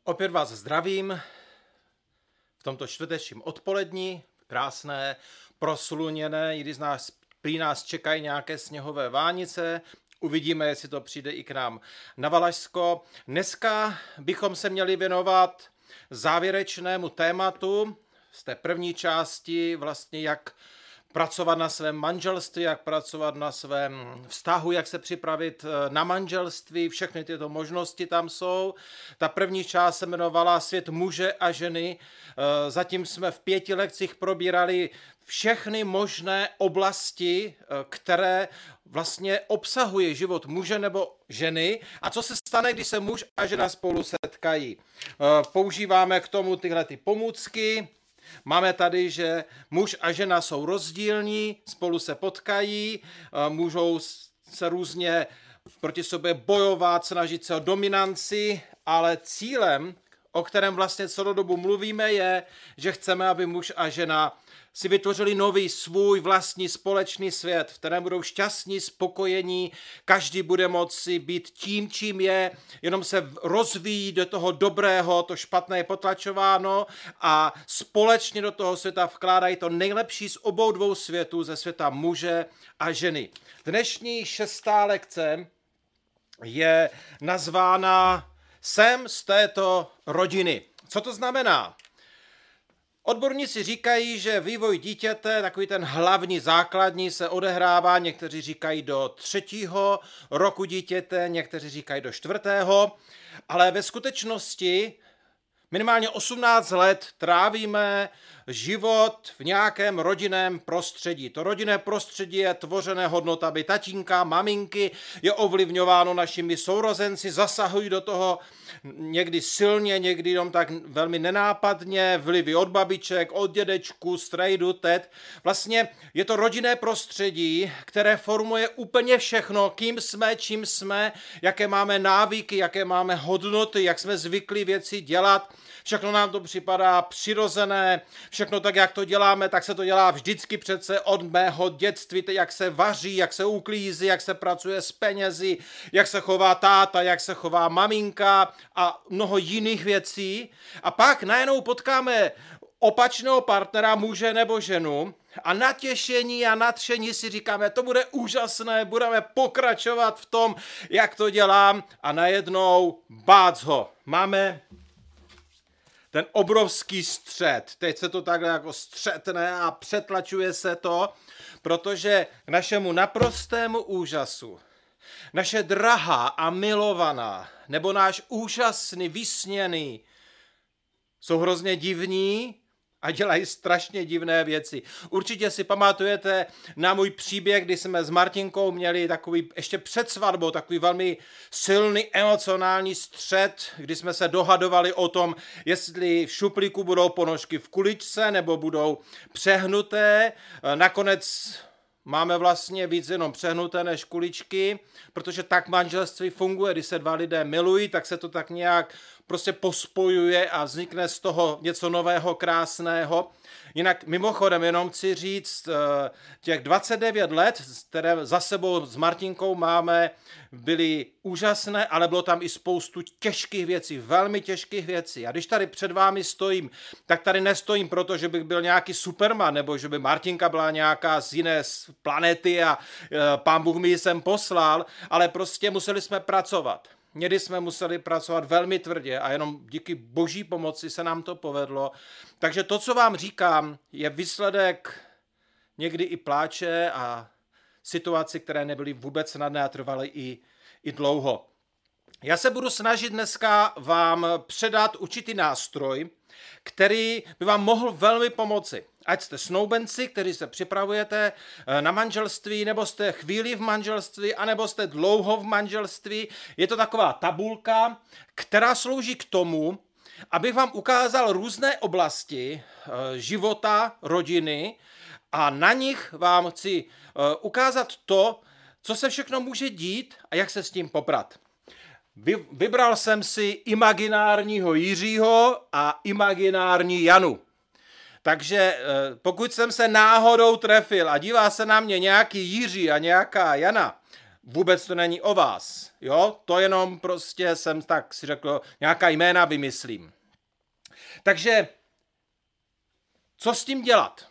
Opět vás zdravím v tomto čtvrtečním odpolední, krásné, prosluněné, i když prý nás čekají nějaké sněhové vánice, uvidíme, jestli to přijde i k nám na Valašsko. Dneska bychom se měli věnovat závěrečnému tématu z té první části, vlastně jak pracovat na svém manželství, jak pracovat na svém vztahu, jak se připravit na manželství, všechny tyto možnosti tam jsou. Ta první část se jmenovala Svět muže a ženy. Zatím jsme v 5 lekcích probírali všechny možné oblasti, které vlastně obsahuje život muže nebo ženy a co se stane, když se muž a žena spolu setkají. Používáme k tomu tyhle ty pomůcky. Máme tady, že muž a žena jsou rozdílní, spolu se potkají, můžou se různě proti sobě bojovat, snažit se o dominanci, ale cílem, o kterém vlastně celou dobu mluvíme, je, že chceme, aby muž a žena si vytvořili nový svůj vlastní společný svět, v kterém budou šťastní, spokojení, každý bude moci být tím, čím je, jenom se rozvíjí do toho dobrého, to špatné je potlačováno a společně do toho světa vkládají to nejlepší z obou dvou světů, ze světa muže a ženy. Dnešní 6. lekce je nazvána Jsem z této rodiny. Co to znamená? Odborníci říkají, že vývoj dítěte, takový ten hlavní základní, se odehrává, někteří říkají do 3. roku dítěte, někteří říkají do 4. Ale ve skutečnosti minimálně 18 let trávíme život v nějakém rodinném prostředí. To rodinné prostředí je tvořené hodnotami tatínka, maminky, je ovlivňováno našimi sourozenci, zasahují do toho někdy silně, někdy jenom tak velmi nenápadně, vlivy od babiček, od dědečků, strejdu, tet. Vlastně je to rodinné prostředí, které formuje úplně všechno, kým jsme, čím jsme, jaké máme návyky, jaké máme hodnoty, jak jsme zvyklí věci dělat. Všechno nám to připadá přirozené, všechno tak, jak to děláme, tak se to dělá vždycky přece od mého dětství, jak se vaří, jak se uklízí, jak se pracuje s penězi, jak se chová táta, jak se chová maminka a mnoho jiných věcí. A pak najednou potkáme opačného partnera, muže nebo ženu a natěšení a nadšení si říkáme, to bude úžasné, budeme pokračovat v tom, jak to dělám a najednou bác ho. Máme ten obrovský střet. Teď se to takhle jako střetne a přetlačuje se to, protože k našemu naprostému úžasu naše drahá a milovaná nebo náš úžasný, vysněný jsou hrozně divní a dělají strašně divné věci. Určitě si pamatujete na můj příběh, kdy jsme s Martinkou měli takový, ještě před svatbou, takový velmi silný emocionální střet, kdy jsme se dohadovali o tom, jestli v šuplíku budou ponožky v kuličce nebo budou přehnuté. Nakonec máme vlastně víc jenom přehnuté než kuličky, protože tak manželství funguje, když se 2 lidé milují, tak se to tak nějak prostě pospojuje a vznikne z toho něco nového, krásného. Jinak mimochodem jenom chci říct, těch 29 let, které za sebou s Martinkou máme, byly úžasné, ale bylo tam i spoustu těžkých věcí, velmi těžkých věcí. A když tady před vámi stojím, tak tady nestojím proto, že bych byl nějaký superman, nebo že by Martinka byla nějaká z jiné planety a pán Bůh mi ji sem poslal, ale prostě museli jsme pracovat. Někdy jsme museli pracovat velmi tvrdě a jenom díky boží pomoci se nám to povedlo. Takže to, co vám říkám, je výsledek někdy i pláče a situací, které nebyly vůbec snadné a trvaly i dlouho. Já se budu snažit dneska vám předat určitý nástroj, který by vám mohl velmi pomoci. Ať jste snoubenci, kteří se připravujete na manželství, nebo jste chvíli v manželství, anebo jste dlouho v manželství. Je to taková tabulka, která slouží k tomu, abych vám ukázal různé oblasti života, rodiny a na nich vám chci ukázat to, co se všechno může dít a jak se s tím poprat. Vybral jsem si imaginárního Jiřího a imaginární Janu. Takže pokud jsem se náhodou trefil a dívá se na mě nějaký Jiří a nějaká Jana, Vůbec to není o vás, jo? To jenom prostě jsem tak si řekl, nějaká jména vymyslím. Takže, co s tím dělat?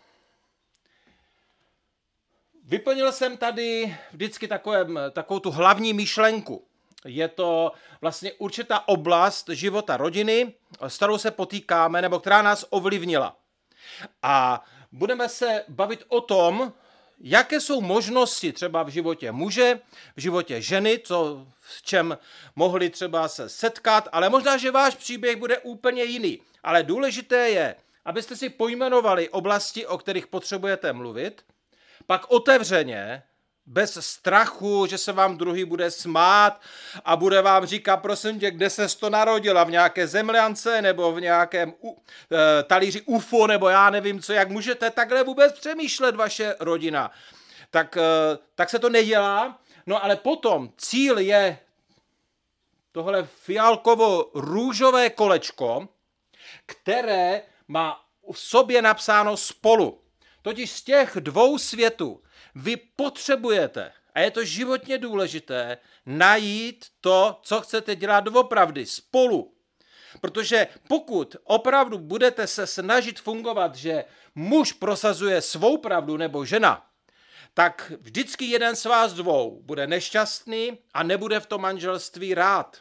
Vyplnil jsem tady vždycky takovou tu hlavní myšlenku. Je to vlastně určitá oblast života rodiny, s kterou se potýkáme, nebo která nás ovlivnila. A budeme se bavit o tom, jaké jsou možnosti třeba v životě muže, v životě ženy, s čem mohli třeba se setkat, ale možná, že váš příběh bude úplně jiný. Ale důležité je, abyste si pojmenovali oblasti, o kterých potřebujete mluvit, pak otevřeně, bez strachu, že se vám druhý bude smát a bude vám říkat, prosím tě, kde ses to narodila, v nějaké zemljance nebo v nějakém talíři UFO, nebo já nevím co, jak můžete takhle vůbec přemýšlet vaše rodina. Tak se to nedělá, no ale potom cíl je tohle fialkovo-růžové kolečko, které má v sobě napsáno spolu. Totiž z těch dvou světů vy potřebujete, a je to životně důležité, najít to, co chcete dělat doopravdy, spolu. Protože pokud opravdu budete se snažit fungovat, že muž prosazuje svou pravdu nebo žena, tak vždycky jeden z vás dvou bude nešťastný a nebude v tom manželství rád.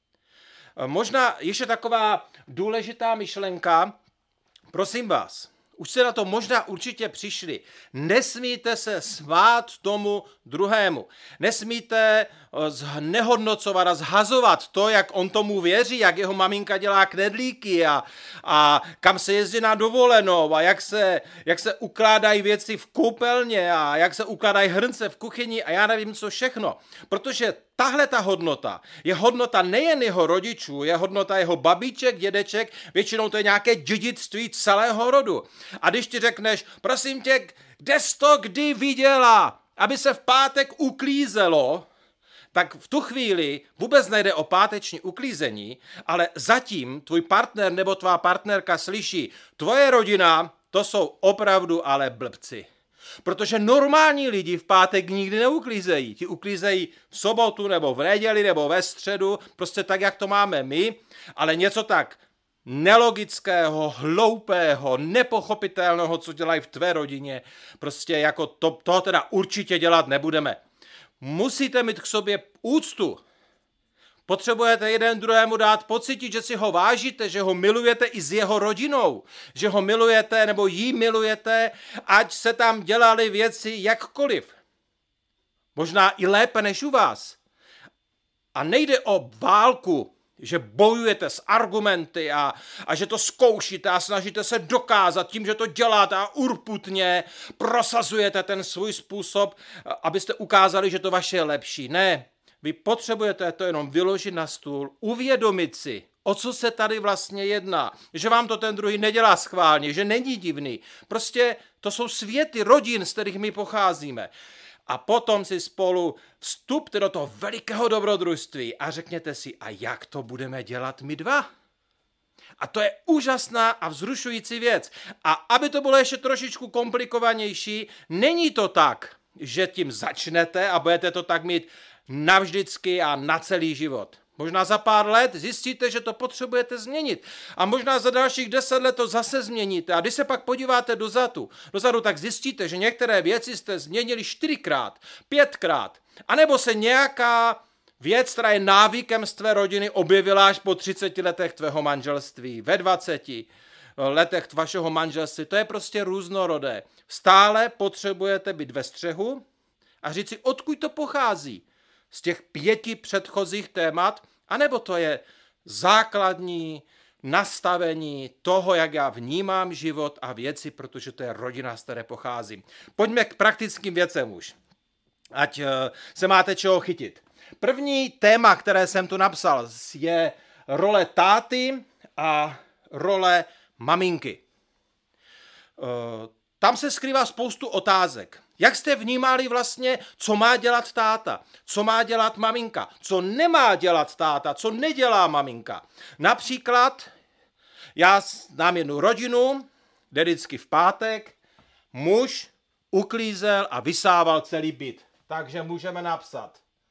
Možná ještě taková důležitá myšlenka, prosím vás, už se na to možná určitě přišli. Nesmíte se smát tomu druhému. Nesmíte nehodnocovat a zhazovat to, jak on tomu věří, jak jeho maminka dělá knedlíky a kam se jezdí na dovolenou a jak se ukládají věci v koupelně a jak se ukládají hrnce v kuchyni a já nevím co všechno. Protože tahle ta hodnota je hodnota nejen jeho rodičů, je hodnota jeho babiček, dědeček, většinou to je nějaké dědictví celého rodu. A když ti řekneš, prosím tě, kde jsi to kdy viděla, aby se v pátek uklízelo, tak v tu chvíli vůbec nejde o páteční uklízení, ale zatím tvůj partner nebo tvá partnerka slyší, tvoje rodina, to jsou opravdu ale blbci. Protože normální lidi v pátek nikdy neuklízejí. Ti uklízejí v sobotu nebo v neděli nebo ve středu, prostě tak, jak to máme my, ale něco tak nelogického, hloupého, nepochopitelného, co dělají v tvé rodině, prostě jako to teda určitě dělat nebudeme. Musíte mít k sobě úctu. Potřebujete jeden druhému dát pocítit, že si ho vážíte, že ho milujete i s jeho rodinou, že ho milujete nebo jí milujete, ať se tam dělaly věci jakkoliv. Možná i lépe než u vás. A nejde o válku, že bojujete s argumenty a že to zkoušíte a snažíte se dokázat tím, že to děláte a urputně prosazujete ten svůj způsob, abyste ukázali, že to vaše je lepší. Ne. Vy potřebujete to jenom vyložit na stůl, uvědomit si, o co se tady vlastně jedná, že vám to ten druhý nedělá schválně, že není divný. Prostě to jsou světy rodin, z kterých my pocházíme. A potom si spolu vstupte do toho velikého dobrodružství a řekněte si, a jak to budeme dělat my dva? A to je úžasná a vzrušující věc. A aby to bylo ještě trošičku komplikovanější, není to tak, že tím začnete a budete to tak mít navždycky a na celý život. Možná za pár let zjistíte, že to potřebujete změnit. A možná za dalších 10 let to zase změníte. A když se pak podíváte dozadu, tak zjistíte, že některé věci jste změnili 4krát, 5krát. A nebo se nějaká věc, která je návykem z tvé rodiny, objevila až po 30 letech tvého manželství, ve 20 letech vašeho manželství. To je prostě různorodé. Stále potřebujete být ve střehu a říct si, odkud to pochází. Z těch 5 předchozích témat, anebo to je základní nastavení toho, jak já vnímám život a věci, protože to je rodina, z které pocházím. Pojďme k praktickým věcem už, ať se máte čeho chytit. První téma, které jsem tu napsal, je role táty a role maminky. Tam se skrývá spoustu otázek. Jak jste vnímali vlastně, co má dělat táta, co má dělat maminka, co nemá dělat táta, co nedělá maminka. Například, já znám jednu rodinu, kde vždycky v pátek muž uklízel a vysával celý byt. Takže můžeme napsat.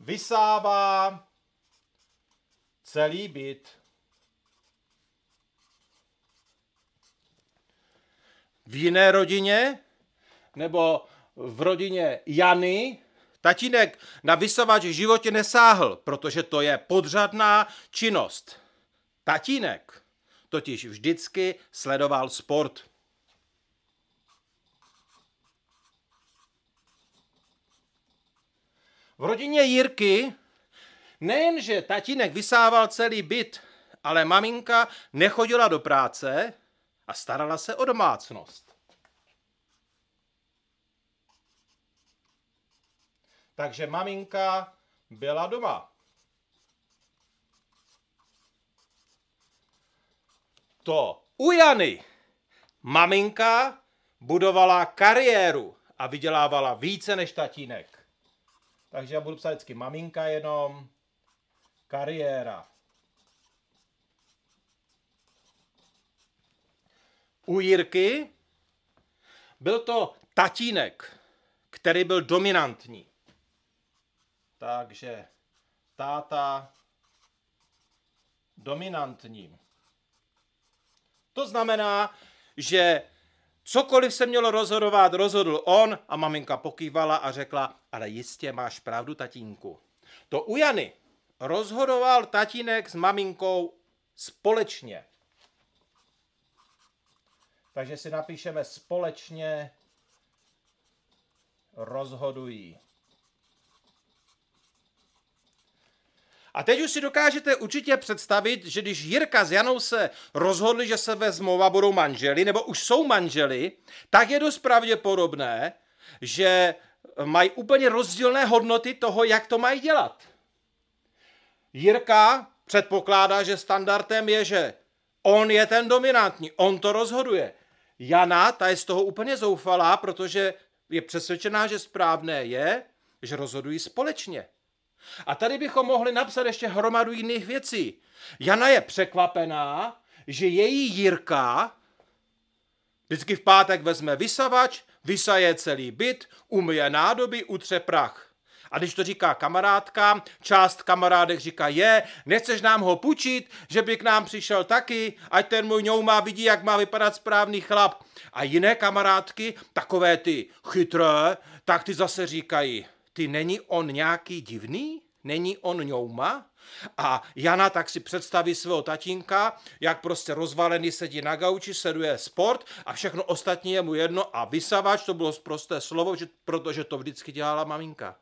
vysává celý byt. V jiné rodině, nebo v rodině Jany, tatínek na vysavač v životě nesáhl, protože to je podřadná činnost. Tatínek totiž vždycky sledoval sport. V rodině Jirky nejenže tatínek vysával celý byt, ale maminka nechodila do práce a starala se o domácnost. Takže maminka byla doma. To u Jany maminka budovala kariéru a vydělávala více než tatínek. Takže já budu psát vždycky maminka jenom, kariéra. U Jirky byl to tatínek, který byl dominantní. Takže táta dominantní. To znamená, že cokoliv se mělo rozhodovat, rozhodl on a maminka pokývala a řekla, ale jistě máš pravdu, tatínku. To u Jany rozhodoval tatínek s maminkou společně. Takže si napíšeme společně rozhodují. A teď už si dokážete určitě představit, že když Jirka s Janou se rozhodli, že se vezmou a budou manželi, nebo už jsou manželi, tak je dost pravděpodobné, že mají úplně rozdílné hodnoty toho, jak to mají dělat. Jirka předpokládá, že standardem je, že on je ten dominantní, on to rozhoduje. Jana, ta je z toho úplně zoufalá, protože je přesvědčená, že správné je, že rozhodují společně. A tady bychom mohli napsat ještě hromadu jiných věcí. Jana je překvapená, že její Jirka vždycky v pátek vezme vysavač, vysaje celý byt, umyje nádoby, utře prach. A když to říká kamarádkám, část kamarádek říká, nechceš nám ho půjčit, že by k nám přišel taky, ať ten můj ňouma vidí, jak má vypadat správný chlap. A jiné kamarádky, takové ty chytré, tak ty zase říkají, ty není on nějaký divný? Není on ňouma? A Jana tak si představí svého tatínka, jak prostě rozvalený sedí na gauči, sleduje sport a všechno ostatní je mu jedno a vysavač, to bylo prosté slovo, protože to vždycky dělala maminka.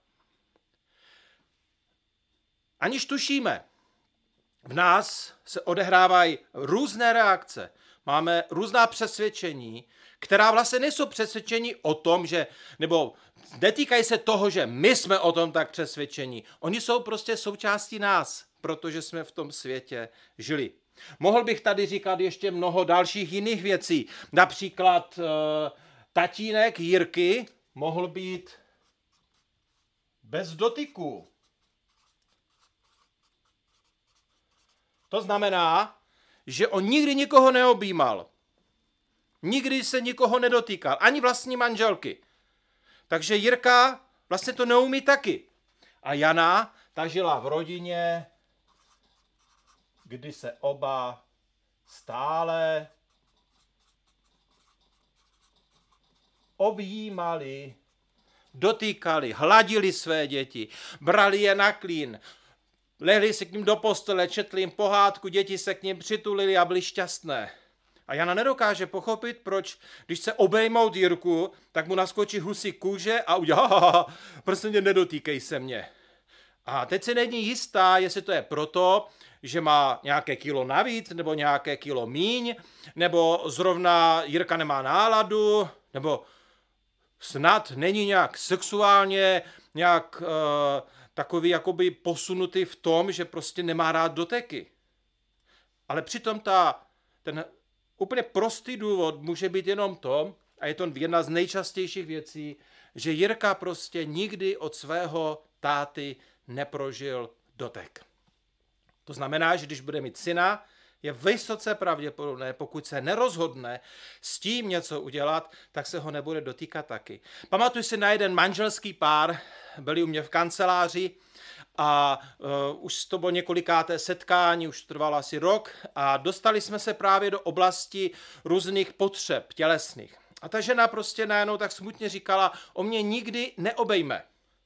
Aniž tušíme, v nás se odehrávají různé reakce, máme různá přesvědčení, která vlastně nejsou přesvědčení o tom, že, nebo netýkají se toho, že my jsme o tom tak přesvědčení. Oni jsou prostě součástí nás, protože jsme v tom světě žili. Mohl bych tady říkat ještě mnoho dalších jiných věcí. Například tatínek Jirky mohl být bez dotyku. To znamená, že on nikdy nikoho neobjímal. Nikdy se nikoho nedotýkal, ani vlastní manželky. Takže Jirka vlastně to neumí taky. A Jana, ta žila v rodině, kdy se oba stále objímali, dotýkali, hladili své děti, brali je na klín, lehli se k ním do postele, četli jim pohádku, děti se k ním přitulili a byli šťastné. A Jana nedokáže pochopit, proč, když se obejmout Jirku, tak mu naskočí husí kůže a udělá, prostě mě nedotýkej se mě. A teď si není jistá, jestli to je proto, že má nějaké kilo navíc, nebo nějaké kilo míň, nebo zrovna Jirka nemá náladu, nebo snad není nějak sexuálně, nějak takový jakoby posunutý v tom, že prostě nemá rád doteky. Ale přitom ten úplně prostý důvod může být jenom to, a je to jedna z nejčastějších věcí, že Jirka prostě nikdy od svého táty neprožil dotek. To znamená, že když bude mít syna, je vysoce pravděpodobné, pokud se nerozhodne s tím něco udělat, tak se ho nebude dotýkat taky. Pamatuju si na jeden manželský pár, byli u mě v kanceláři a už to bylo několikáté setkání, už trvalo asi rok a dostali jsme se právě do oblasti různých potřeb tělesných. A ta žena prostě najednou tak smutně říkala, o mě nikdy neobejme.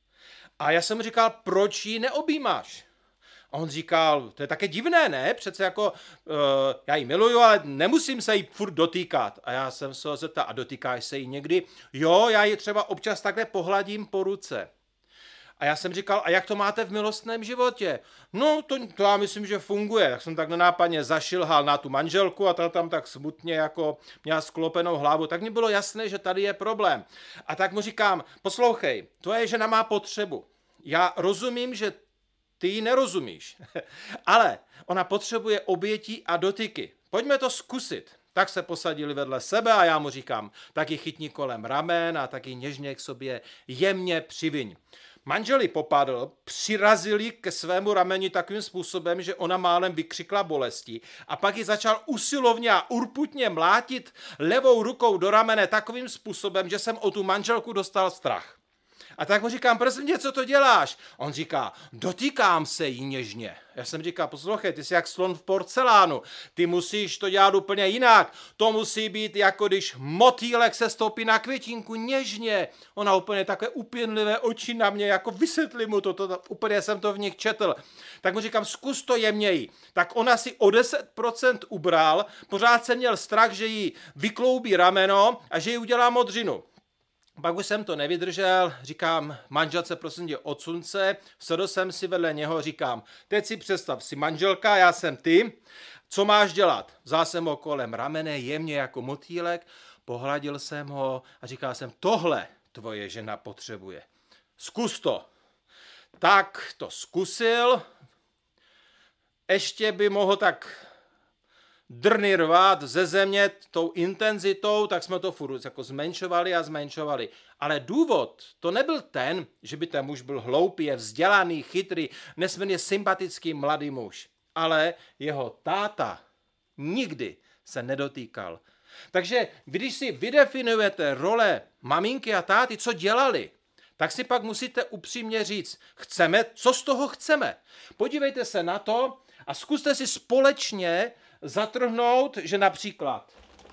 A já jsem mu říkal, proč ji neobjímáš? A on říkal, to je také divné, ne? Přece jako, já ji miluju, ale nemusím se jí furt dotýkat. A já jsem se ho zeptal, a dotýkáš se jí někdy? Jo, já ji třeba občas takhle pohladím po ruce. A já jsem říkal, a jak to máte v milostném životě? No, to já myslím, že funguje. Tak jsem tak nenápadně zašilhal na tu manželku a ta tam tak smutně jako měla sklopenou hlavu. Tak mi bylo jasné, že tady je problém. A tak mu říkám, poslouchej, tvoje žena má potřebu. Já rozumím, že ty ji nerozumíš, ale ona potřebuje obětí a dotyky. Pojďme to zkusit. Tak se posadili vedle sebe a já mu říkám, taky chytni kolem ramen a taky něžně k sobě jemně přiviň. Manželi popadl, přirazili ke svému rameni takovým způsobem, že ona málem vykřikla bolesti a pak ji začal usilovně a urputně mlátit levou rukou do ramene takovým způsobem, že jsem o tu manželku dostal strach. A tak mu říkám, prosím tě, co to děláš? On říká, dotýkám se jí něžně. Já jsem říkal, poslouchej, ty jsi jak slon v porcelánu, ty musíš to dělat úplně jinak. To musí být jako když motýlek se stoupí na květinku něžně. Ona úplně takové upěnlivé oči na mě, jako vysvětli mu to, úplně jsem to v nich četl. Tak mu říkám, zkus to jemněji. Tak ona si o 10% ubral, pořád jsem měl strach, že jí vykloubí rameno a že jí udělá modřinu. Pak už jsem to nevydržel, říkám manželce, prosím tě, odsun se, sedl jsem si vedle něho, říkám, teď si představ, si manželka, já jsem ty, co máš dělat? Vzal jsem ho kolem ramene, jemně jako motýlek, pohladil jsem ho a říkal jsem, tohle tvoje žena potřebuje. Zkus to. Tak to zkusil, ještě by mohl tak drny rvat ze země tou intenzitou, tak jsme to furt jako zmenšovali. Ale důvod to nebyl ten, že by ten muž byl hloupý, je vzdělaný, chytrý, nesmírně sympatický mladý muž. Ale jeho táta nikdy se nedotýkal. Takže když si vydefinujete role maminky a táty, co dělali, tak si pak musíte upřímně říct, co z toho chceme. Podívejte se na to a zkuste si společně zatrhnout, že například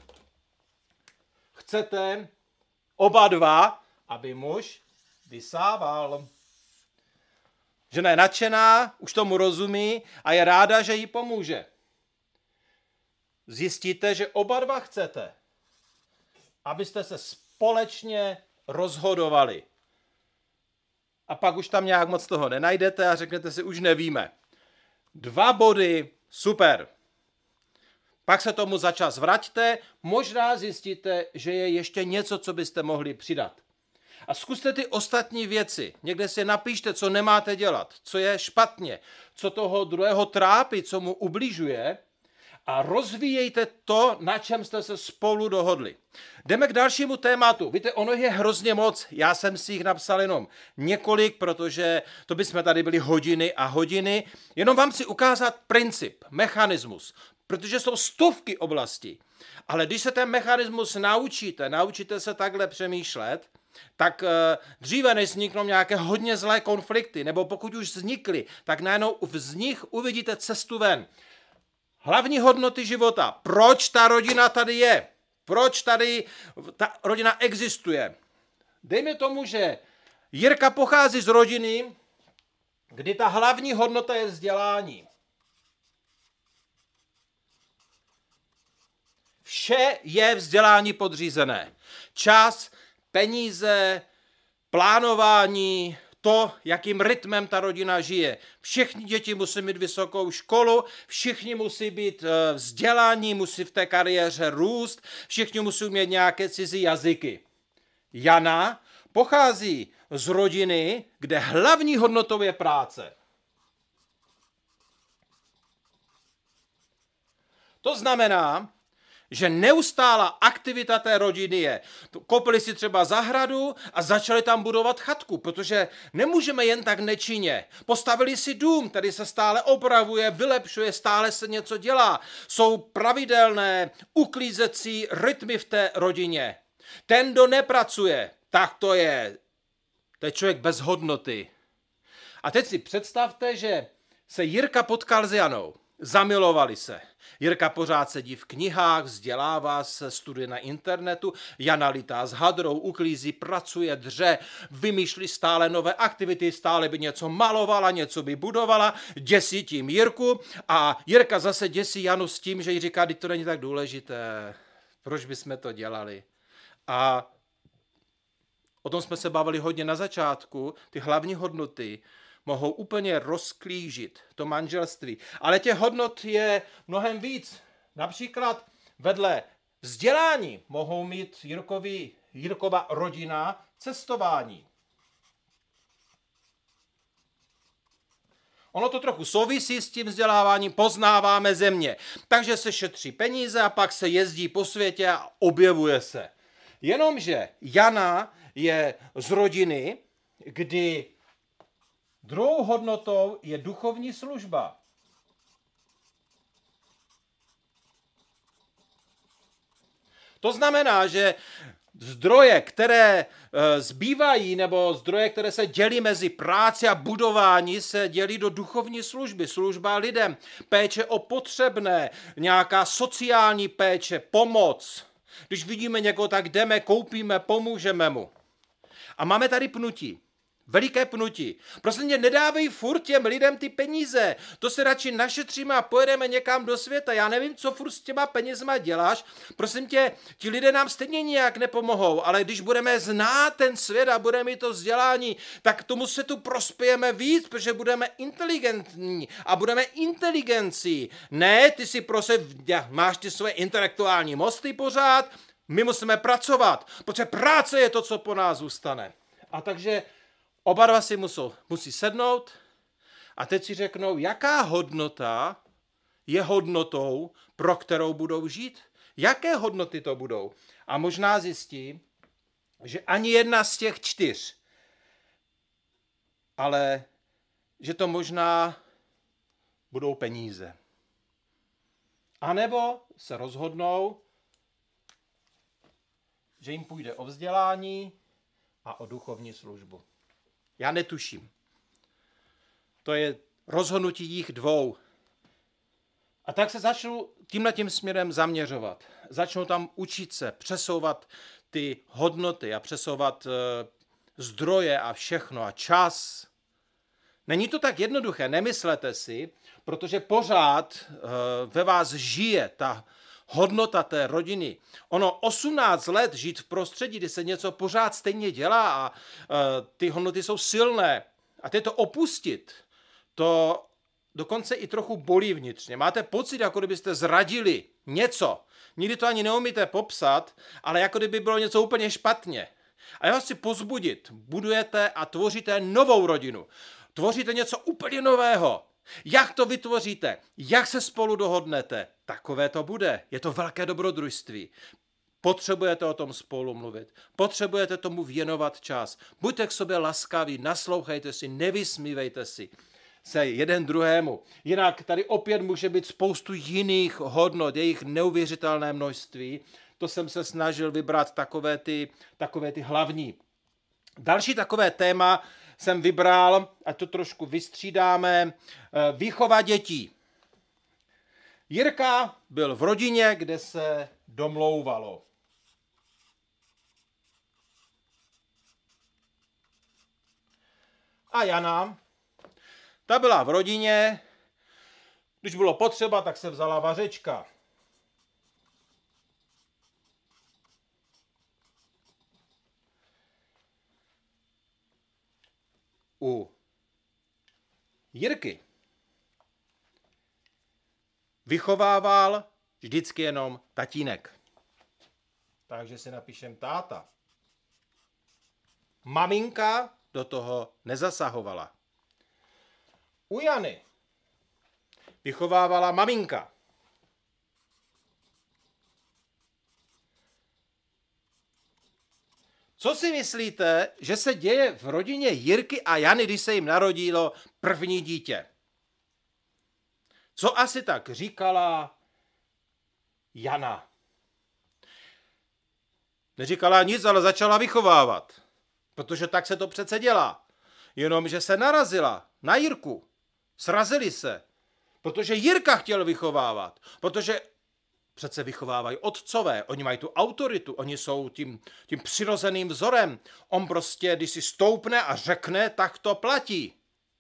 chcete oba dva, aby muž vysával. Žena je nadšená, už tomu rozumí a je ráda, že jí pomůže. Zjistíte, že oba dva chcete, abyste se společně rozhodovali. A pak už tam nějak moc toho nenajdete a řeknete si, už nevíme. 2 body, super. Pak se tomu za čas vraťte, možná zjistíte, že je ještě něco, co byste mohli přidat. A zkuste ty ostatní věci. Někde si napište, co nemáte dělat, co je špatně, co toho druhého trápí, co mu ubližuje a rozvíjejte to, na čem jste se spolu dohodli. Jdeme k dalšímu tématu. Víte, ono je hrozně moc. Já jsem si jich napsal jenom několik, protože to bychom tady byli hodiny a hodiny. Jenom vám chci ukázat princip, mechanismus, protože jsou stovky oblastí. Ale když se ten mechanismus naučíte se takhle přemýšlet, tak dříve než vzniknou nějaké hodně zlé konflikty, nebo pokud už vznikly, tak najednou z nich uvidíte cestu ven. Hlavní hodnoty života. Proč ta rodina tady je? Proč tady ta rodina existuje? Dejme tomu, že Jirka pochází z rodiny, kdy ta hlavní hodnota je vzdělání. Vše je vzdělání podřízené. Čas, peníze, plánování, to, jakým rytmem ta rodina žije. Všichni děti musí mít vysokou školu, všichni musí být vzdělání, musí v té kariéře růst, všichni musí mít nějaké cizí jazyky. Jana pochází z rodiny, kde hlavní hodnotou je práce. To znamená, že neustálá aktivita té rodiny je. Koupili si třeba zahradu a začali tam budovat chatku, protože nemůžeme jen tak nečinně. Postavili si dům, který se stále opravuje, vylepšuje, stále se něco dělá. Jsou pravidelné uklízecí rytmy v té rodině. Ten, kdo nepracuje, tak to je člověk bez hodnoty. A teď si představte, že se Jirka potkal s Janou. Zamilovali se. Jirka pořád sedí v knihách, vzdělává se, studuje na internetu, Jana lítá s hadrou, uklízí, pracuje, dře, vymýšlí stále nové aktivity, stále by něco malovala, něco by budovala, děsí tím Jirku a Jirka zase děsí Janu s tím, že jí říká, že to není tak důležité, proč bychom to dělali. A o tom jsme se bavili hodně na začátku, ty hlavní hodnoty mohou úplně rozklížit to manželství. Ale těch hodnot je mnohem víc. Například vedle vzdělání mohou mít Jirkova rodina cestování. Ono to trochu souvisí s tím vzděláváním, poznáváme země. Takže se šetří peníze a pak se jezdí po světě a objevuje se. Jenomže Jana je z rodiny, kdy druhou hodnotou je duchovní služba. To znamená, že zdroje, které zbývají, nebo zdroje, které se dělí mezi práci a budování, se dělí do duchovní služby. Služba lidem, péče o potřebné, nějaká sociální péče, pomoc. Když vidíme někoho, tak jdeme, koupíme, pomůžeme mu. A máme tady pnutí. Veliké pnutí. Prosím tě, nedávej furt těm lidem ty peníze. To se radši našetříme a pojedeme někam do světa. Já nevím, co furt s těma penězma děláš. Prosím tě, ti lidé nám stejně nijak nepomohou, ale když budeme znát ten svět a budeme mít to vzdělání, tak tomu se tu prospějeme víc, protože budeme inteligentní a budeme inteligencí. Ne, ty si máš ty své intelektuální mosty pořád, my musíme pracovat, protože práce je to, co po nás zůstane. A takže oba dva si musí sednout a teď si řeknou, jaká hodnota je hodnotou, pro kterou budou žít. Jaké hodnoty to budou. A možná zjistí, že ani jedna z těch 4, ale že to možná budou peníze. A nebo se rozhodnou, že jim půjde o vzdělání a o duchovní službu. Já netuším. To je rozhodnutí jich 2. A tak se začnou tímhletím směrem zaměřovat. Začnou tam učit se, přesouvat ty hodnoty a přesouvat zdroje a všechno a čas. Není to tak jednoduché, nemyslete si, protože pořád ve vás žije ta hodnota té rodiny. Ono 18 let žít v prostředí, kdy se něco pořád stejně dělá a ty hodnoty jsou silné a ty to opustit, to dokonce i trochu bolí vnitřně. Máte pocit, jako kdybyste zradili něco. Nikdy to ani neumíte popsat, ale jako kdyby bylo něco úplně špatně. A já vás chci pozbudit. Budujete a tvoříte novou rodinu. Tvoříte něco úplně nového. Jak to vytvoříte? Jak se spolu dohodnete? Takové to bude. Je to velké dobrodružství. Potřebujete o tom spolu mluvit. Potřebujete tomu věnovat čas. Buďte k sobě laskaví, naslouchejte si, nevysmívejte si se jeden druhému. Jinak tady opět může být spoustu jiných hodnot, jejich neuvěřitelné množství. To jsem se snažil vybrat takové ty hlavní. Další takové téma jsem vybral, a to trošku vystřídáme, výchova dětí. Jirka byl v rodině, kde se domlouvalo. A Jana, ta byla v rodině, když bylo potřeba, tak se vzala vařečka. U Jirky vychovával vždycky jenom tatínek. Takže si napíšem táta. Maminka do toho nezasahovala. U Jany vychovávala maminka. Co si myslíte, že se děje v rodině Jirky a Jany, když se jim narodilo první dítě? Co asi tak říkala Jana? Neříkala nic, ale začala vychovávat. Protože tak se to přece dělá. jenomže se narazila na Jirku. Srazili se, protože Jirka chtěl vychovávat, protože přece vychovávají otcové, oni mají tu autoritu, oni jsou tím přirozeným vzorem. On prostě, když si stoupne a řekne, tak to platí.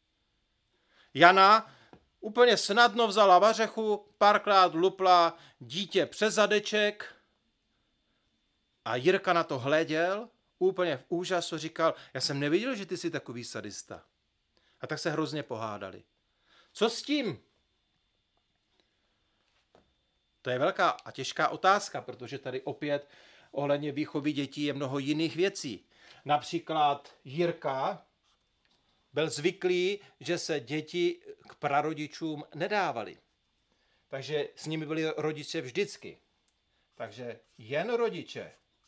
Jana úplně snadno vzala vařechu, párkrát lupla dítě přes zadeček a Jirka na to hleděl, úplně v úžasu říkal, já jsem neviděl, že ty jsi takový sadista. A tak se hrozně pohádali. Co s tím? To je velká a těžká otázka, protože tady opět ohledně výchovy dětí je mnoho jiných věcí. Například Jirka byl zvyklý, že se děti k prarodičům nedávali. Takže s nimi byli rodiče vždycky. Takže jen rodiče.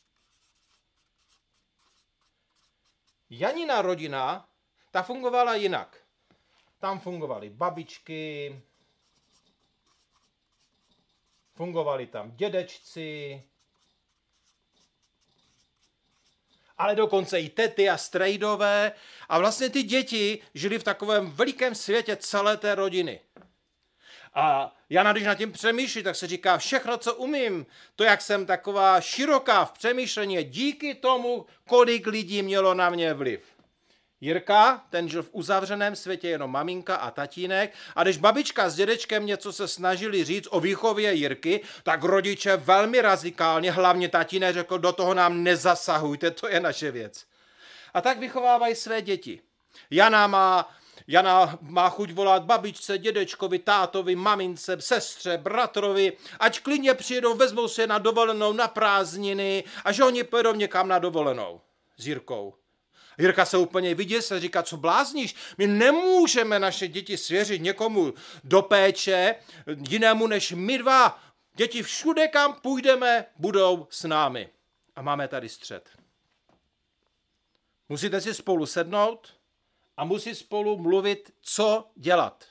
Janina rodina, ta fungovala jinak. Tam fungovaly babičky, fungovali tam dědečci, ale dokonce i tety a strejdové. A vlastně ty děti žili v takovém velikém světě celé té rodiny. A Jana, když nad tím přemýšlí, tak se říká, všechno, co umím, to, jak jsem taková široká v přemýšlení, je díky tomu, kolik lidí mělo na mě vliv. Jirka, ten žil v uzavřeném světě, jenom maminka a tatínek, a když babička s dědečkem něco se snažili říct o výchově Jirky, tak rodiče velmi radikálně, hlavně tatínek, řekl, do toho nám nezasahujte, to je naše věc. A tak vychovávají své děti. Jana má chuť volat babičce, dědečkovi, tátovi, mamince, sestře, bratrovi, ať klidně přijedou, vezmou se na dovolenou, na prázdniny a že oni pojedou někam na dovolenou s Jirkou. Jirka se úplně vyděsil, říká, co blázníš? My nemůžeme naše děti svěřit někomu do péče, jinému než my dva. Děti všude, kam půjdeme, budou s námi. A máme tady střed. Musíte si spolu sednout a musí spolu mluvit, co dělat.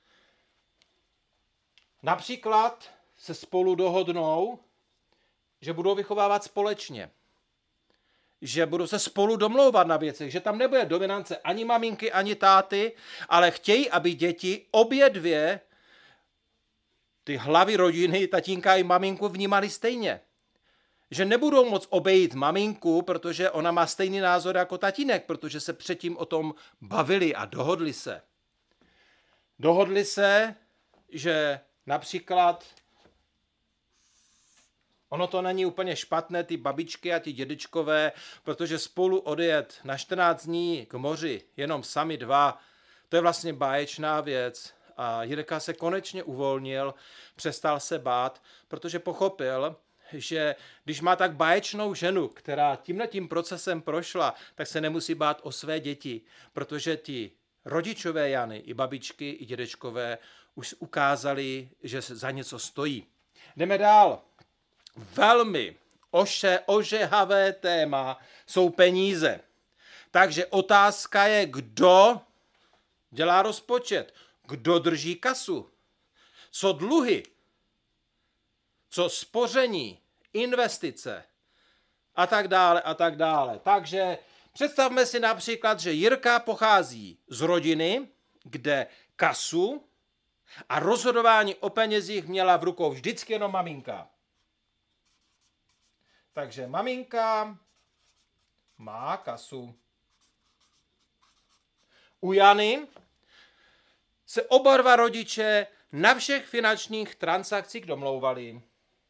Například se spolu dohodnou, že budou vychovávat společně. Že budou se spolu domlouvat na věcech, že tam nebude dominance ani maminky, ani táty, ale chtějí, aby děti obě dvě, ty hlavy rodiny, tatínka i maminku, vnímali stejně. Že nebudou moc obejít maminku, protože ona má stejný názor jako tatínek, protože se předtím o tom bavili a dohodli se. Dohodli se, že například ono to není úplně špatné, ty babičky a ti dědečkové, protože spolu odjet na 14 dní k moři, jenom sami dva, to je vlastně báječná věc. A Jirka se konečně uvolnil, přestal se bát, protože pochopil, že když má tak báječnou ženu, která tímhletím procesem prošla, tak se nemusí bát o své děti, protože ti rodičové Jany, i babičky, i dědečkové už ukázali, že za něco stojí. Jdeme dál. Velmi ožehavé téma jsou peníze. Takže otázka je, kdo dělá rozpočet, kdo drží kasu, co dluhy, co spoření, investice a tak dále a tak dále. Takže představme si například, že Jirka pochází z rodiny, kde kasu a rozhodování o penězích měla v rukou vždycky jenom maminka. Takže maminka má kasu. U Jany se oba dva rodiče na všech finančních transakcích domlouvali.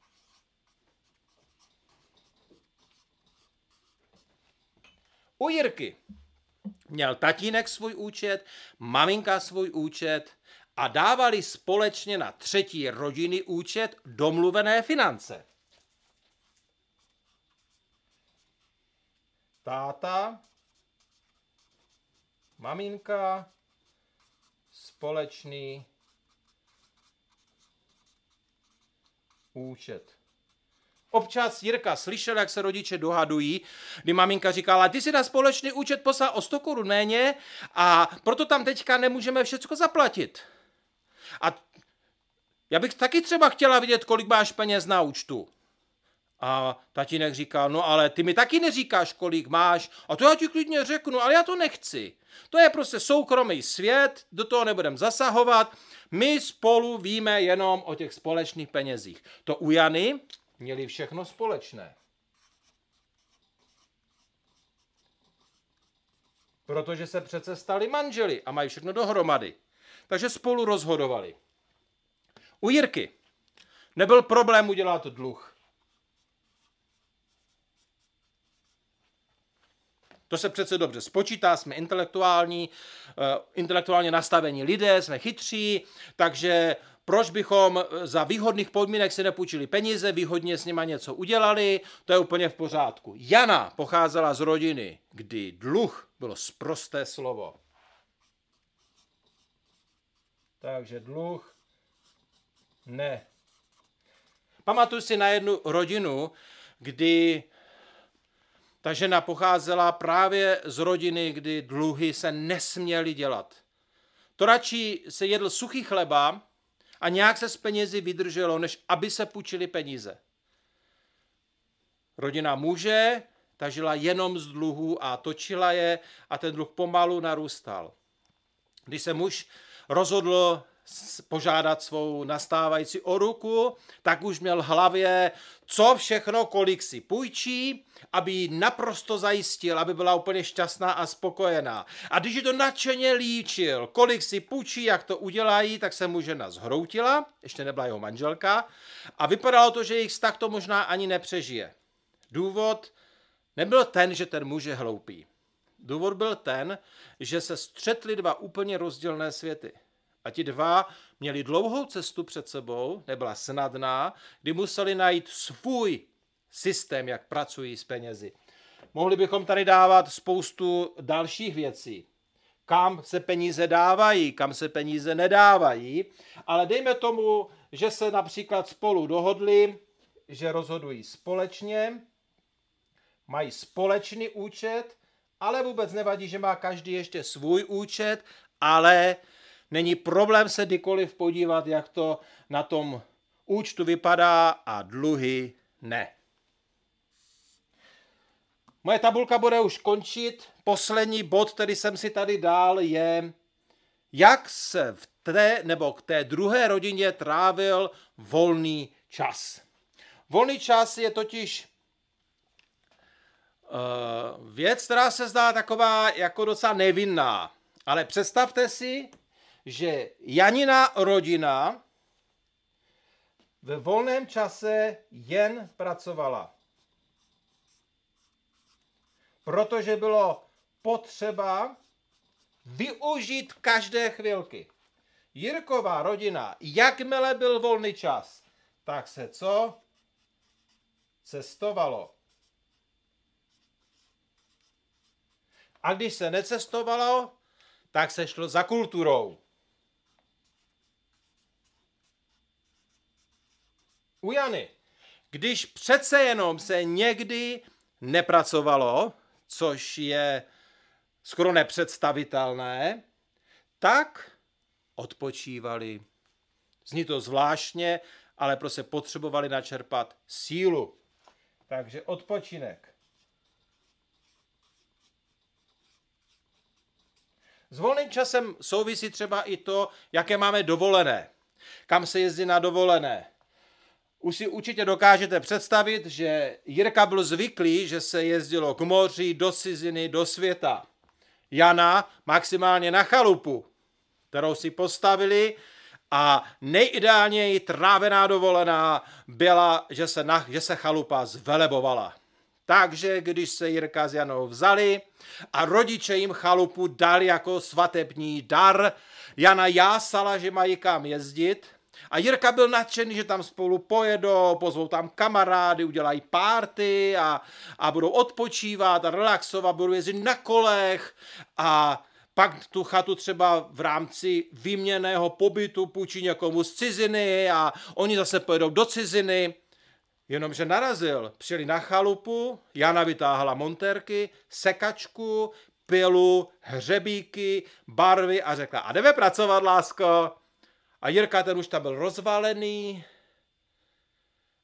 U Jirky měl tatínek svůj účet, maminka svůj účet a dávali společně na třetí rodinný účet domluvené finance. Táta, maminka, společný účet. Občas Jirka slyšel, jak se rodiče dohadují, kdy maminka říkala, ty si na společný účet poslal o 100 korun méně a proto tam teďka nemůžeme všecko zaplatit. A já bych taky třeba chtěla vidět, kolik máš peněz na účtu. A tatínek říkal, no ale ty mi taky neříkáš, kolik máš, a to já ti klidně řeknu, ale já to nechci. To je prostě soukromý svět, do toho nebudeme zasahovat, my spolu víme jenom o těch společných penězích. To u Jany měli všechno společné. Protože se přece stali manželi a mají všechno dohromady. Takže spolu rozhodovali. U Jirky nebyl problém udělat dluh. To se přece dobře spočítá, jsme intelektuálně nastavení lidé, jsme chytří, takže proč bychom za výhodných podmínek si nepůjčili peníze, výhodně s nima něco udělali, to je úplně v pořádku. Jana pocházela z rodiny, kdy dluh bylo sprosté slovo. Takže dluh ne. Pamatuju si na jednu rodinu, kdy ta žena pocházela právě z rodiny, kdy dluhy se nesměly dělat. To radši se jedl suchý chleba a nějak se z penězi vydrželo, než aby se půjčili peníze. Rodina muže, ta žila jenom z dluhů a točila je a ten dluh pomalu narůstal. Když se muž rozhodl požádat svou nastávající o ruku, tak už měl v hlavě, co všechno, kolik si půjčí, aby ji naprosto zajistil, aby byla úplně šťastná a spokojená. A když ji to nadšeně líčil, kolik si půjčí, jak to udělají, tak se mu žena zhroutila, ještě nebyla jeho manželka, a vypadalo to, že jejich vztah to možná ani nepřežije. Důvod nebyl ten, že ten muž je hloupý. Důvod byl ten, že se střetly dva úplně rozdílné světy. A ti dva měli dlouhou cestu před sebou, nebyla snadná, kdy museli najít svůj systém, jak pracují s penězi. Mohli bychom tady dávat spoustu dalších věcí. Kam se peníze dávají, kam se peníze nedávají, ale dejme tomu, že se například spolu dohodli, že rozhodují společně, mají společný účet, ale vůbec nevadí, že má každý ještě svůj účet, ale není problém se kdykoliv podívat, jak to na tom účtu vypadá a dluhy ne. Moje tabulka bude už končit. Poslední bod, který jsem si tady dal, je, jak se k té druhé rodině trávil volný čas. Volný čas je totiž věc, která se zdá taková jako docela nevinná. Ale představte si, že Janina rodina ve volném čase jen pracovala. Protože bylo potřeba využít každé chvilky. Jirkova rodina, jakmile byl volný čas, tak se co? Cestovalo. A když se necestovalo, tak se šlo za kulturou. U Jany, když přece jenom se někdy nepracovalo, což je skoro nepředstavitelné, tak odpočívali. Zní to zvláštně, ale prostě potřebovali načerpat sílu. Takže odpočinek. S volným časem souvisí třeba i to, jaké máme dovolené. Kam se jezdí na dovolené. Už si určitě dokážete představit, že Jirka byl zvyklý, že se jezdilo k moři, do ciziny, do světa. Jana maximálně na chalupu, kterou si postavili, a nejideálněji trávená dovolená byla, že se chalupa zvelebovala. Takže když se Jirka s Janou vzali a rodiče jim chalupu dali jako svatební dar, Jana jásala, že mají kam jezdit, a Jirka byl nadšený, že tam spolu pojedou, pozvou tam kamarády, udělají párty a budou odpočívat a relaxovat, budou jezdit na kolech a pak tu chatu třeba v rámci výměnného pobytu půjčí někomu z ciziny a oni zase pojedou do ciziny. Jenomže narazil, přijeli na chalupu, Jana vytáhla montérky, sekačku, pilu, hřebíky, barvy a řekla: a jdeme pracovat, lásko. A Jirka ten už tam byl rozvalený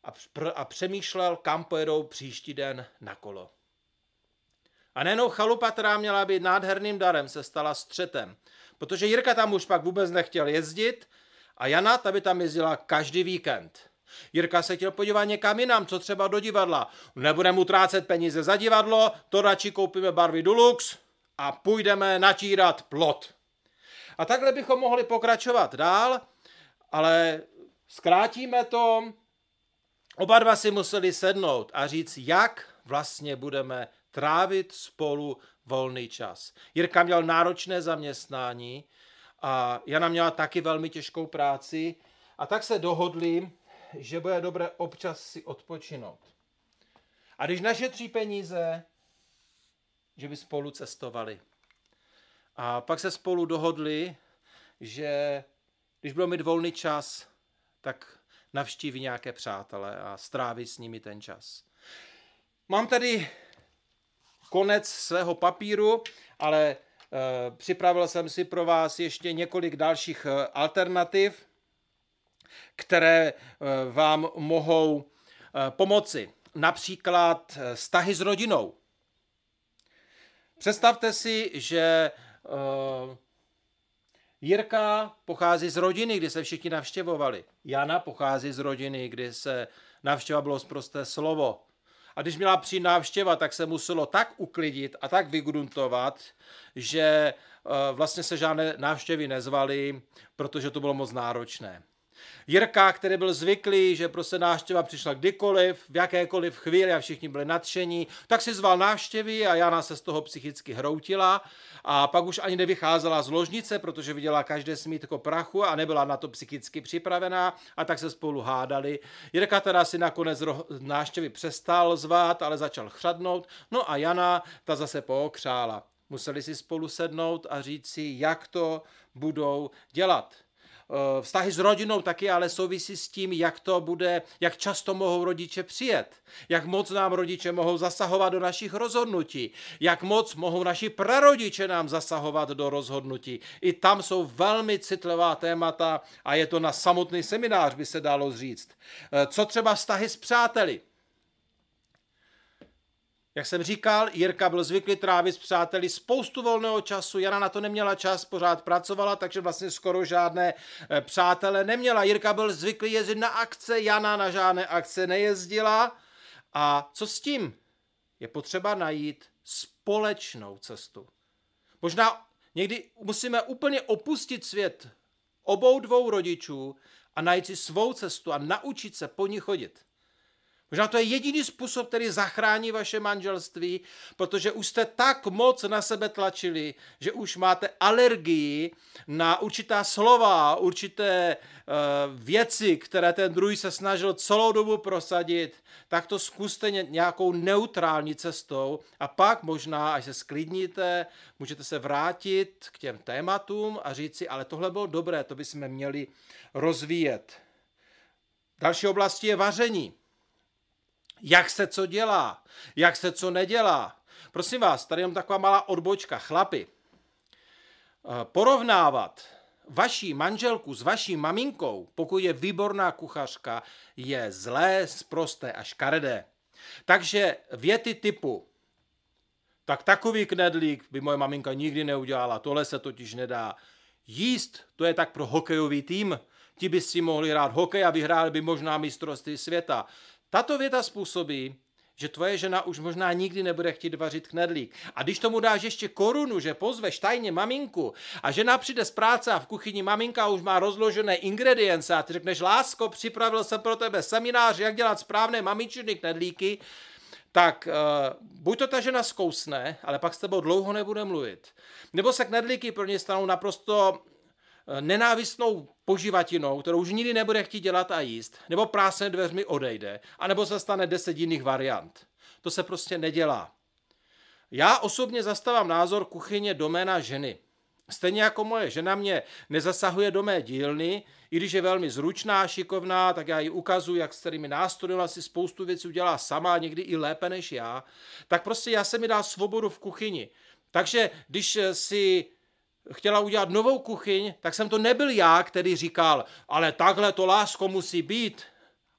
a přemýšlel, kam pojedou příští den na kolo. A nejenom chalupa, která měla být nádherným darem, se stala střetem, protože Jirka tam už pak vůbec nechtěl jezdit a Jana ta by tam jezdila každý víkend. Jirka se chtěl podívat někam jinam, co třeba do divadla. Nebudeme utrácet peníze za divadlo, to radši koupíme barvy Dulux a půjdeme natírat plot. A takhle bychom mohli pokračovat dál, ale zkrátíme to. Oba dva si museli sednout a říct, jak vlastně budeme trávit spolu volný čas. Jirka měl náročné zaměstnání a Jana měla taky velmi těžkou práci a tak se dohodli, že bude dobré občas si odpočinout. A když našetří peníze, že by spolu cestovali. A pak se spolu dohodli, že když budou mít volný čas, tak navštíví nějaké přátele a stráví s nimi ten čas. Mám tady konec svého papíru, ale připravil jsem si pro vás ještě několik dalších alternativ, které vám mohou pomoci. Například vztahy s rodinou. Představte si, že Jirka pochází z rodiny, kdy se všichni navštěvovali. Jana pochází z rodiny, kdy se návštěva bylo sprosté slovo. A když měla přijít návštěva, tak se muselo tak uklidit a tak vygruntovat, že vlastně se žádné návštěvy nezvaly, protože to bylo moc náročné. Jirka, který byl zvyklý, že prostě návštěva přišla kdykoliv, v jakékoliv chvíli a všichni byli nadšení, tak si zval návštěvy a Jana se z toho psychicky hroutila a pak už ani nevycházela z ložnice, protože viděla každé smítko prachu a nebyla na to psychicky připravená a tak se spolu hádali. Jirka teda si nakonec návštěvy přestal zvát, ale začal chřadnout, no a Jana ta zase pookřála. Museli si spolu sednout a říct si, jak to budou dělat. Vztahy s rodinou taky ale souvisí s tím, jak to bude, jak často mohou rodiče přijet, jak moc nám rodiče mohou zasahovat do našich rozhodnutí, jak moc mohou naši prarodiče nám zasahovat do rozhodnutí. I tam jsou velmi citlivá témata a je to na samotný seminář, by se dalo říct. Co třeba vztahy s přáteli? Jak jsem říkal, Jirka byl zvyklý trávit s přáteli spoustu volného času, Jana na to neměla čas, pořád pracovala, takže vlastně skoro žádné přátele neměla. Jirka byl zvyklý jezdit na akce, Jana na žádné akce nejezdila. A co s tím? Je potřeba najít společnou cestu. Možná někdy musíme úplně opustit svět obou dvou rodičů a najít si svou cestu a naučit se po ní chodit. Možná to je jediný způsob, který zachrání vaše manželství, protože už jste tak moc na sebe tlačili, že už máte alergii na určitá slova, určité věci, které ten druhý se snažil celou dobu prosadit, tak to zkuste nějakou neutrální cestou a pak možná, až se sklidníte, můžete se vrátit k těm tématům a říct si, ale tohle bylo dobré, to bychom měli rozvíjet. Další oblastí je vaření. Jak se co dělá, jak se co nedělá. Prosím vás, tady jenom taková malá odbočka, chlapi. Porovnávat vaši manželku s vaší maminkou, pokud je výborná kuchařka, je zlé, sprosté a škaredé. Takže věty typu, tak takový knedlík by moje maminka nikdy neudělala, tohle se totiž nedá. Jíst, to je tak pro hokejový tým, ti by si mohli hrát hokej a vyhráli by možná mistrovství světa. Tato věta způsobí, že tvoje žena už možná nikdy nebude chtít vařit knedlík. A když tomu dáš ještě korunu, že pozveš tajně maminku a žena přijde z práce a v kuchyni maminka už má rozložené ingredience a ty řekneš, lásko, připravil jsem pro tebe seminář, jak dělat správné mamičiny knedlíky, tak buď to ta žena zkousne, ale pak s tebou dlouho nebude mluvit. Nebo se knedlíky pro ně stanou naprosto nenávistnou poživatinou, kterou už nikdy nebude chtít dělat a jíst, nebo prásne dveřmi odejde, anebo se stane 10 jiných variant. To se prostě nedělá. Já osobně zastávám názor kuchyně doména ženy. Stejně jako moje žena mě nezasahuje do mé dílny, i když je velmi zručná, šikovná, tak já jí ukazuji, jak s kterými nástroji si spoustu věcí udělá sama, někdy i lépe než já, tak prostě já se mi dá svobodu v kuchyni. Takže když si chtěla udělat novou kuchyň, tak jsem to nebyl já, který říkal, ale takhle to, lásko, musí být. A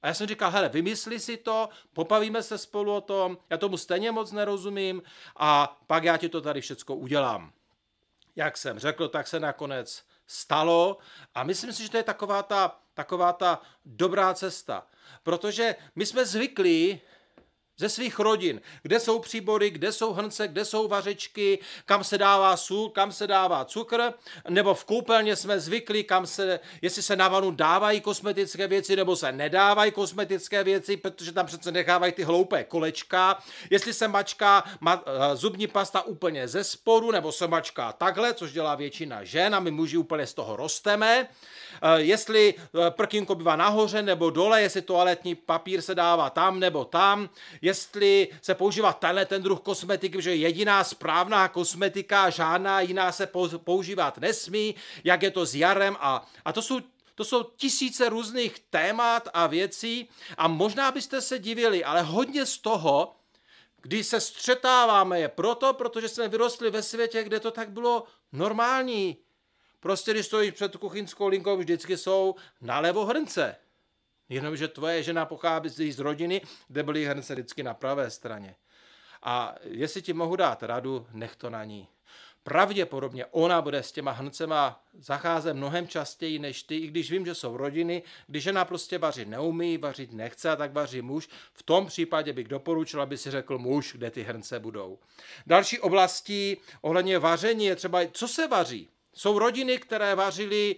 A já jsem říkal, hele, vymysli si to, popavíme se spolu o tom, já tomu stejně moc nerozumím a pak já ti to tady všecko udělám. Jak jsem řekl, tak se nakonec stalo a myslím si, že to je taková ta dobrá cesta, protože my jsme zvyklí ze svých rodin, kde jsou příbory, kde jsou hrnce, kde jsou vařečky, kam se dává sůl, kam se dává cukr, nebo v koupelně jsme zvyklí, jestli se na vanu dávají kosmetické věci, nebo se nedávají kosmetické věci, protože tam přece nechávají ty hloupé kolečka, jestli se mačká zubní pasta úplně ze spodu, nebo se mačká takhle, což dělá většina žen a my muži úplně z toho rosteme, jestli prkínko bývá nahoře nebo dole, jestli toaletní papír se dává tam nebo tam, jestli se používá ten druh kosmetiky, že jediná správná kosmetika, žádná jiná se používat nesmí, jak je to s jarem a to jsou tisíce různých témat a věcí a možná byste se divili, ale hodně z toho, když se střetáváme, je protože jsme vyrostli ve světě, kde to tak bylo normální. Prostě když stojíš před kuchyňskou linkou, vždycky jsou nalevo hrnce. Jenomže tvoje žena pochází z rodiny, kde byly hrnce vždycky na pravé straně. A jestli ti mohu dát radu, nech to na ní. Pravděpodobně ona bude s těma hrncema zacházet mnohem častěji než ty, i když vím, že jsou rodiny, když žena prostě vařit neumí, vařit nechce, tak vaří muž. V tom případě bych doporučil, aby si řekl muž, kde ty hrnce budou. Další oblastí ohledně vaření je třeba, co se vaří. Jsou rodiny, které vařily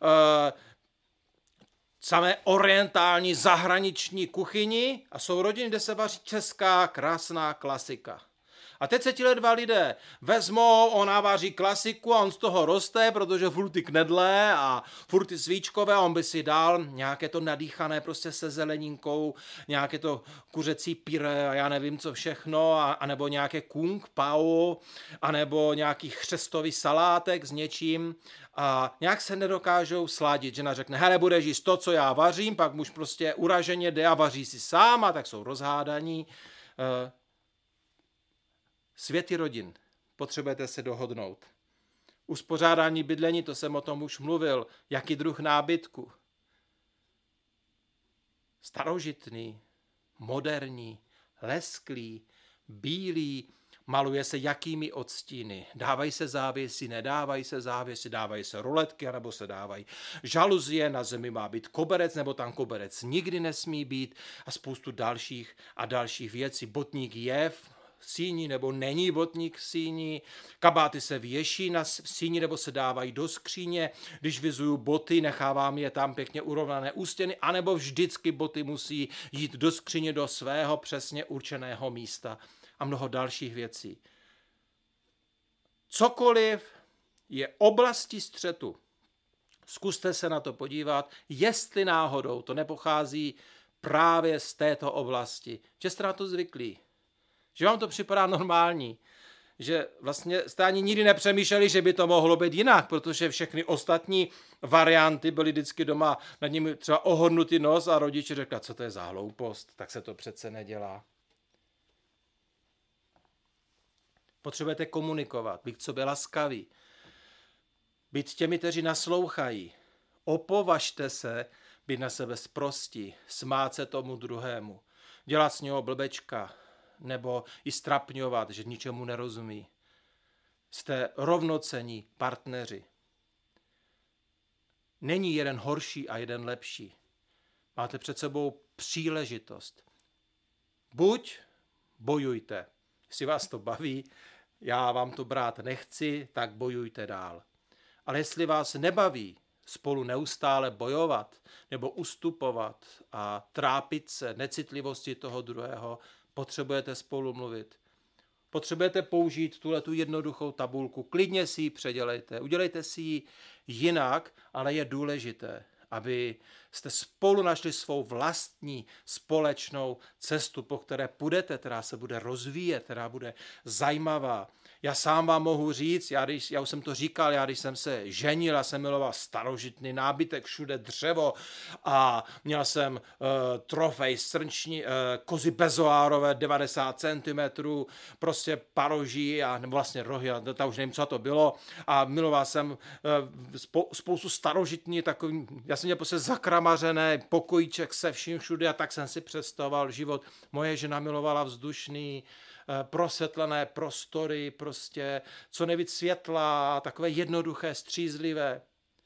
samé orientální zahraniční kuchyni a jsou rodiny, kde se vaří česká krásná klasika. A teď se tihle dva lidé vezmou, ona vaří klasiku a on z toho roste, protože furt ty knedle a furt ty svíčkové a on by si dal nějaké to nadýchané prostě se zeleninkou, nějaké to kuřecí pyré a já nevím co všechno, anebo nějaké kung pao, anebo nějaký chřestový salátek s něčím a nějak se nedokážou sladit. Žena řekne, hele, budeš jíst to, co já vařím, pak muž prostě uraženě jde a vaří si sám a tak jsou rozhádaní. Světy rodin. Potřebujete se dohodnout. Uspořádání bydlení, to jsem o tom už mluvil. Jaký druh nábytku? Starožitný, moderní, lesklý, bílý, maluje se jakými odstíny. Dávají se závěsy, nedávají se závěsy, dávají se roletky, nebo se dávají žaluzie, na zemi má být koberec, nebo tam koberec nikdy nesmí být a spoustu dalších a dalších věcí. Botník je v síni nebo není botník v síni, kabáty se věší na síni nebo se dávají do skříně, když vizuju boty, nechávám je tam pěkně urovnané u stěny, anebo vždycky boty musí jít do skříně do svého přesně určeného místa a mnoho dalších věcí. Cokoliv je oblastí střetu, zkuste se na to podívat, jestli náhodou to nepochází právě z této oblasti, že jste na to zvyklí. Že vám to připadá normální, že vlastně jste ani nikdy nepřemýšleli, že by to mohlo být jinak, protože všechny ostatní varianty byly vždycky doma nad nimi třeba ohodnutý nos a rodiče řekli, co to je za hloupost, tak se to přece nedělá. Potřebujete komunikovat, být k sobě laskaví, být těmi, kteří naslouchají. Opovažte se být na sebe sprostí, smát se tomu druhému, dělat z něho blbečka, nebo i strapňovat, že ničemu nerozumí. Jste rovnocenní partneři. Není jeden horší a jeden lepší. Máte před sebou příležitost. Buď bojujte. Jestli vás to baví, já vám to brát nechci, tak bojujte dál. Ale jestli vás nebaví spolu neustále bojovat nebo ustupovat a trápit se necitlivosti toho druhého, potřebujete spolu mluvit. Potřebujete použít tuhletu jednoduchou tabulku. Klidně si ji předělejte. Udělejte si ji jinak, ale je důležité, aby jste spolu našli svou vlastní společnou cestu, po které půjdete, která se bude rozvíjet, která bude zajímavá. Já sám vám mohu říct, já už jsem to říkal, když jsem se ženil, já jsem miloval starožitný nábytek, všude dřevo a měl jsem trofej kozy bezoárové 90 cm, prostě paroží a nebo vlastně rohy, to už nevím, co to bylo, a miloval jsem spoustu starožitní takový, já jsem měl prostě zakramařené pokojíček se vším všude a tak jsem si představoval život. Moje žena milovala vzdušný, prosvětlené prostory, prostě co nejvíc světla, takové jednoduché, střízlivé.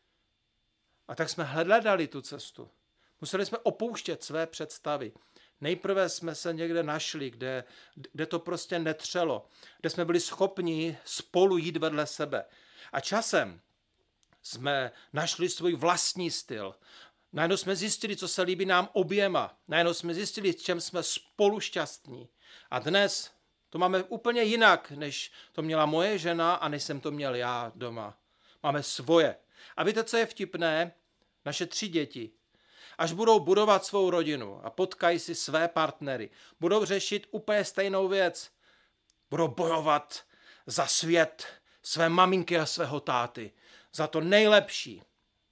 A tak jsme hledali tu cestu. Museli jsme opouštět své představy. Nejprve jsme se někde našli, kde to prostě netřelo, kde jsme byli schopni spolu jít vedle sebe. A časem jsme našli svůj vlastní styl. Najednou jsme zjistili, co se líbí nám oběma. Najednou jsme zjistili, v čem jsme spolu šťastní. A dnes to máme úplně jinak, než to měla moje žena a než jsem to měl já doma. Máme svoje. A víte, co je vtipné? Naše 3 děti, až budou budovat svou rodinu a potkají si své partnery, budou řešit úplně stejnou věc. Budou bojovat za svět své maminky a svého táty. Za to nejlepší.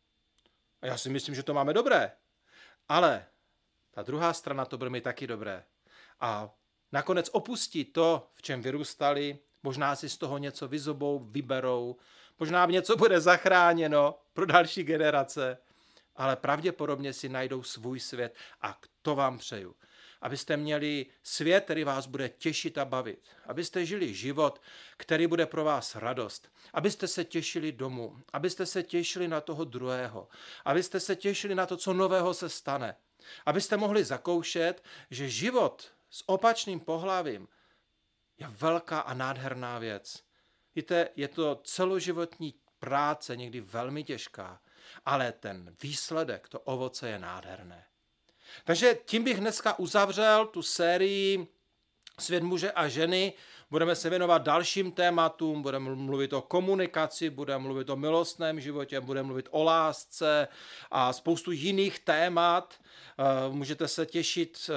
A já si myslím, že to máme dobré. Ale ta druhá strana to bude mít taky dobré. A nakonec opustí to, v čem vyrůstali, možná si z toho něco vyzobou, vyberou, možná něco bude zachráněno pro další generace, ale pravděpodobně si najdou svůj svět a to vám přeju. Abyste měli svět, který vás bude těšit a bavit. Abyste žili život, který bude pro vás radost. Abyste se těšili domů. Abyste se těšili na toho druhého. Abyste se těšili na to, co nového se stane. Abyste mohli zakoušet, že život s opačným pohlavím je velká a nádherná věc. Víte, je to celoživotní práce, někdy velmi těžká, ale ten výsledek, to ovoce je nádherné. Takže tím bych dneska uzavřel tu sérii Svět muže a ženy. Budeme se věnovat dalším tématům, budeme mluvit o komunikaci, budeme mluvit o milostném životě, budeme mluvit o lásce a spoustu jiných témat. Můžete se těšit,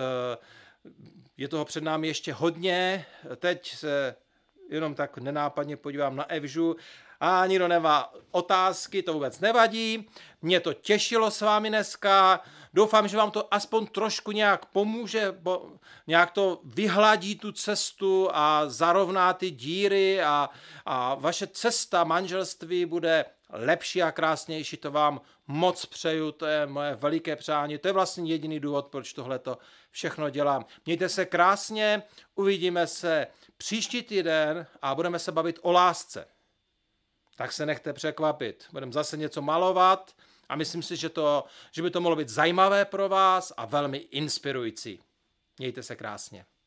je toho před námi ještě hodně. Teď se jenom tak nenápadně podívám na Evžu. A nikdo nemá otázky, to vůbec nevadí. Mě to těšilo s vámi dneska. Doufám, že vám to aspoň trošku nějak pomůže, nějak to vyhladí tu cestu a zarovná ty díry a vaše cesta manželství bude lepší a krásnější. To vám moc přeju, to je moje veliké přání. To je vlastně jediný důvod, proč tohleto všechno dělám. Mějte se krásně, uvidíme se příští týden a budeme se bavit o lásce. Tak se nechte překvapit. Budeme zase něco malovat a myslím si, že by to mohlo být zajímavé pro vás a velmi inspirující. Mějte se krásně.